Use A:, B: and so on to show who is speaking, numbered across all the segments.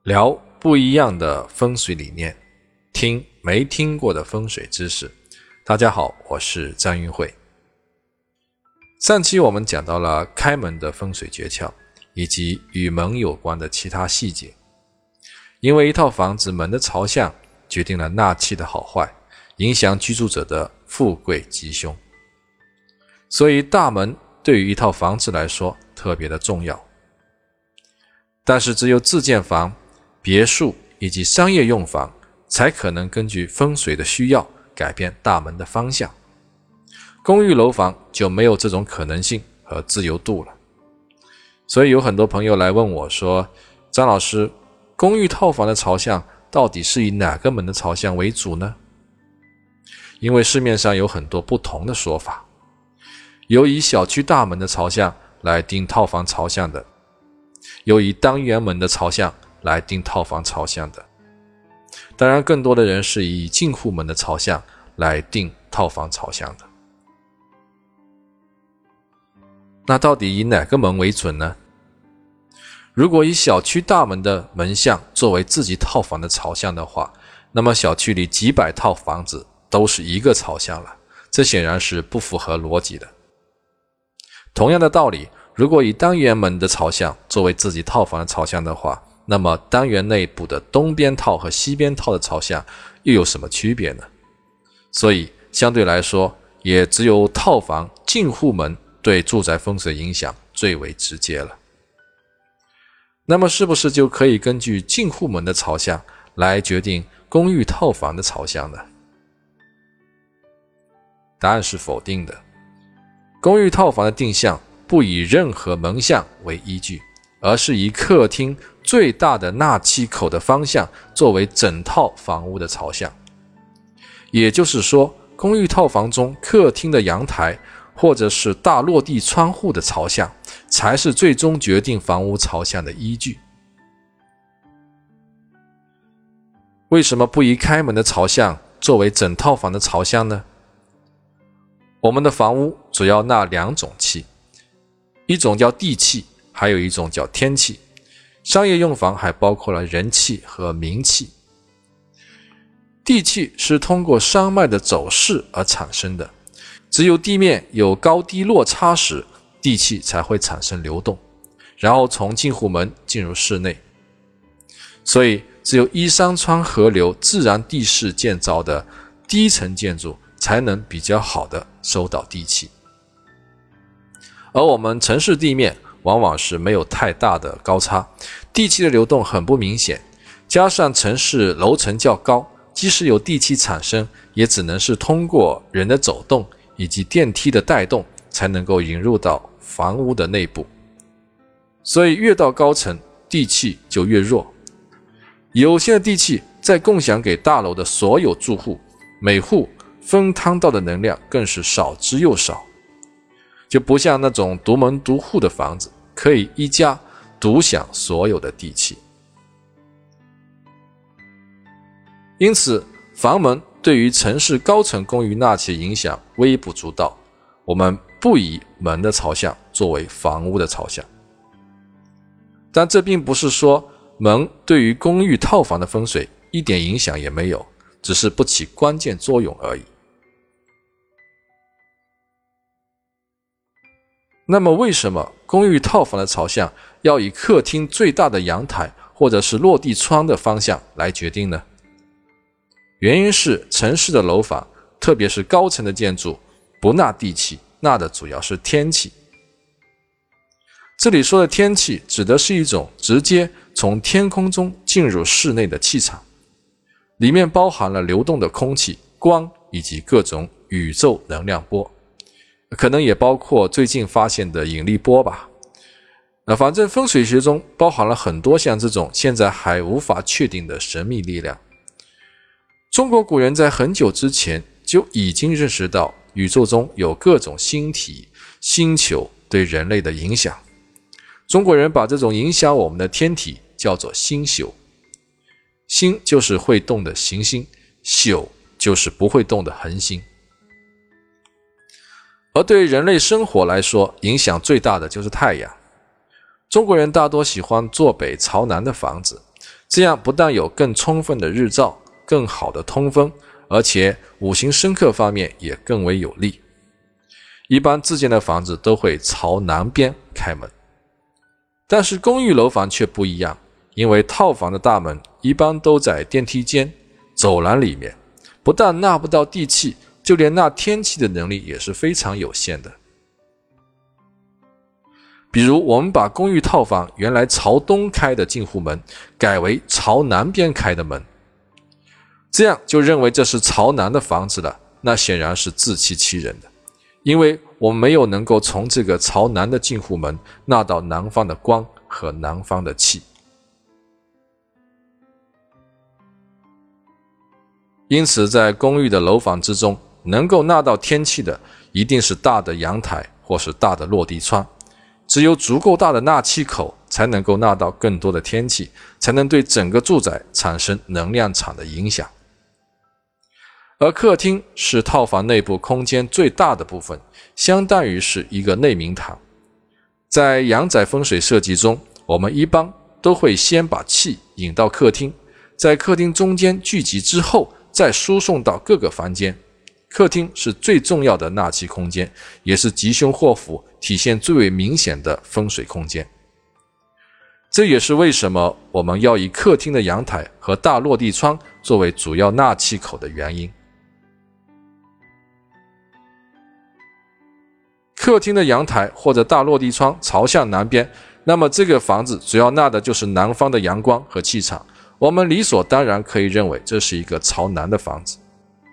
A: 聊不一样的风水理念，听没听过的风水知识。大家好，我是张云慧。上期我们讲到了开门的风水诀窍，以及与门有关的其他细节。因为一套房子门的朝向决定了纳气的好坏，影响居住者的富贵吉凶。所以大门对于一套房子来说特别的重要。但是只有自建房、别墅以及商业用房才可能根据风水的需要改变大门的方向。公寓楼房就没有这种可能性和自由度了。所以有很多朋友来问我说，张老师，公寓套房的朝向到底是以哪个门的朝向为主呢？因为市面上有很多不同的说法，有以小区大门的朝向来定套房朝向的，有以单元门的朝向来定套房朝向的，当然更多的人是以进户门的朝向来定套房朝向的。那到底以哪个门为准呢？如果以小区大门的门向作为自己套房的朝向的话，那么小区里几百套房子都是一个朝向了，这显然是不符合逻辑的。同样的道理，如果以单元门的朝向作为自己套房的朝向的话，那么单元内部的东边套和西边套的朝向又有什么区别呢？所以相对来说，也只有套房进户门对住宅风水影响最为直接了。那么是不是就可以根据进户门的朝向来决定公寓套房的朝向呢？答案是否定的。公寓套房的定向不以任何门向为依据，而是以客厅最大的纳气口的方向作为整套房屋的朝向。也就是说，公寓套房中客厅的阳台或者是大落地窗户的朝向才是最终决定房屋朝向的依据。为什么不以开门的朝向作为整套房的朝向呢？我们的房屋主要纳两种气，一种叫地气，还有一种叫天气。商业用房还包括了人气和名气。地气是通过山脉的走势而产生的，只有地面有高低落差时，地气才会产生流动，然后从进户门进入室内。所以只有依山川河流自然地势建造的低层建筑才能比较好的收到地气。而我们城市地面往往是没有太大的高差，地气的流动很不明显，加上城市楼层较高，即使有地气产生，也只能是通过人的走动以及电梯的带动才能够引入到房屋的内部。所以越到高层，地气就越弱。有限的地气再共享给大楼的所有住户，每户分摊到的能量更是少之又少，就不像那种独门独户的房子，可以一家独享所有的地气。因此房门对于城市高层公寓纳气影响微不足道，我们不以门的朝向作为房屋的朝向。但这并不是说门对于公寓套房的风水一点影响也没有，只是不起关键作用而已。那么为什么公寓套房的朝向要以客厅最大的阳台或者是落地窗的方向来决定呢？原因是城市的楼房，特别是高层的建筑，不纳地气，纳的主要是天气。这里说的天气指的是一种直接从天空中进入室内的气场，里面包含了流动的空气、光以及各种宇宙能量波，可能也包括最近发现的引力波吧。反正风水学中包含了很多像这种现在还无法确定的神秘力量。中国古人在很久之前就已经认识到宇宙中有各种星体、星球对人类的影响。中国人把这种影响我们的天体叫做星宿。星就是会动的行星，宿就是不会动的恒星。而对人类生活来说，影响最大的就是太阳。中国人大多喜欢坐北朝南的房子， 这样不但有更充分的日照、更好的通风，而且五行生克方面也更为有利。一般自建的房子都会朝南边开门，但是公寓楼房却不一样，因为套房的大门一般都在电梯间、走廊里面，不但纳不到地气，就连纳天气的能力也是非常有限的。比如我们把公寓套房原来朝东开的进户门改为朝南边开的门，这样就认为这是朝南的房子了，那显然是自欺欺人的，因为我们没有能够从这个朝南的进户门纳到南方的光和南方的气。因此在公寓的楼房之中，能够纳到天气的一定是大的阳台或是大的落地窗，只有足够大的纳气口才能够纳到更多的天气，才能对整个住宅产生能量场的影响。而客厅是套房内部空间最大的部分，相当于是一个内明堂。在阳宅风水设计中，我们一般都会先把气引到客厅，在客厅中间聚集之后再输送到各个房间。客厅是最重要的纳气空间，也是吉凶祸福体现最为明显的风水空间。这也是为什么我们要以客厅的阳台和大落地窗作为主要纳气口的原因。客厅的阳台或者大落地窗朝向南边，那么这个房子主要纳的就是南方的阳光和气场，我们理所当然可以认为这是一个朝南的房子。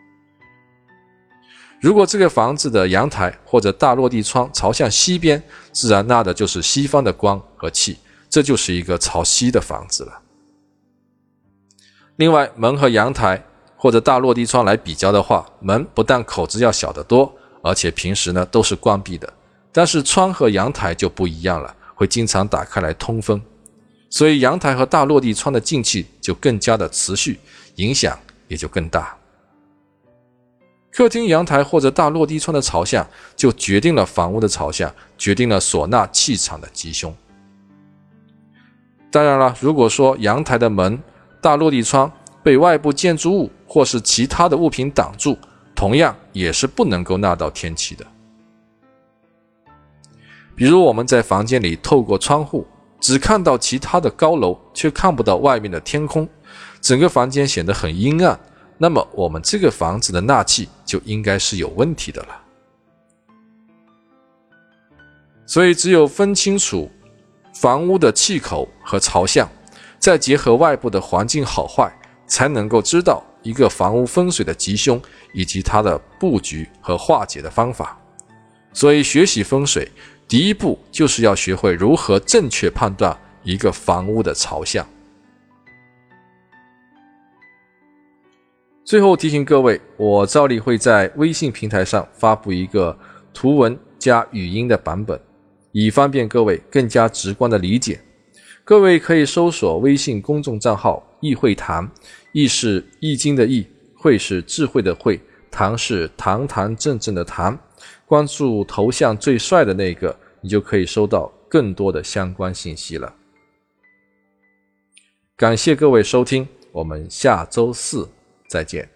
A: 如果这个房子的阳台或者大落地窗朝向西边，自然纳的就是西方的光和气，这就是一个朝西的房子了。另外，门和阳台或者大落地窗来比较的话，门不但口子要小得多，而且平时呢都是关闭的，但是窗和阳台就不一样了，会经常打开来通风，所以阳台和大落地窗的进气就更加的持续，影响也就更大。客厅阳台或者大落地窗的朝向就决定了房屋的朝向，决定了所纳气场的吉凶。当然了，如果说阳台的门、大落地窗被外部建筑物或是其他的物品挡住，同样也是不能够纳到天气的。比如我们在房间里透过窗户只看到其他的高楼，却看不到外面的天空，整个房间显得很阴暗，那么我们这个房子的纳气就应该是有问题的了。所以只有分清楚房屋的气口和朝向，再结合外部的环境好坏，才能够知道一个房屋风水的吉凶以及它的布局和化解的方法。所以学习风水第一步就是要学会如何正确判断一个房屋的朝向。最后提醒各位，我照例会在微信平台上发布一个图文加语音的版本，以方便各位更加直观的理解。各位可以搜索微信公众账号易会谈，易是易经的易，会是智慧的会，堂是堂堂正正的堂，关注头像最帅的那个，你就可以收到更多的相关信息了。感谢各位收听，我们下周四再见。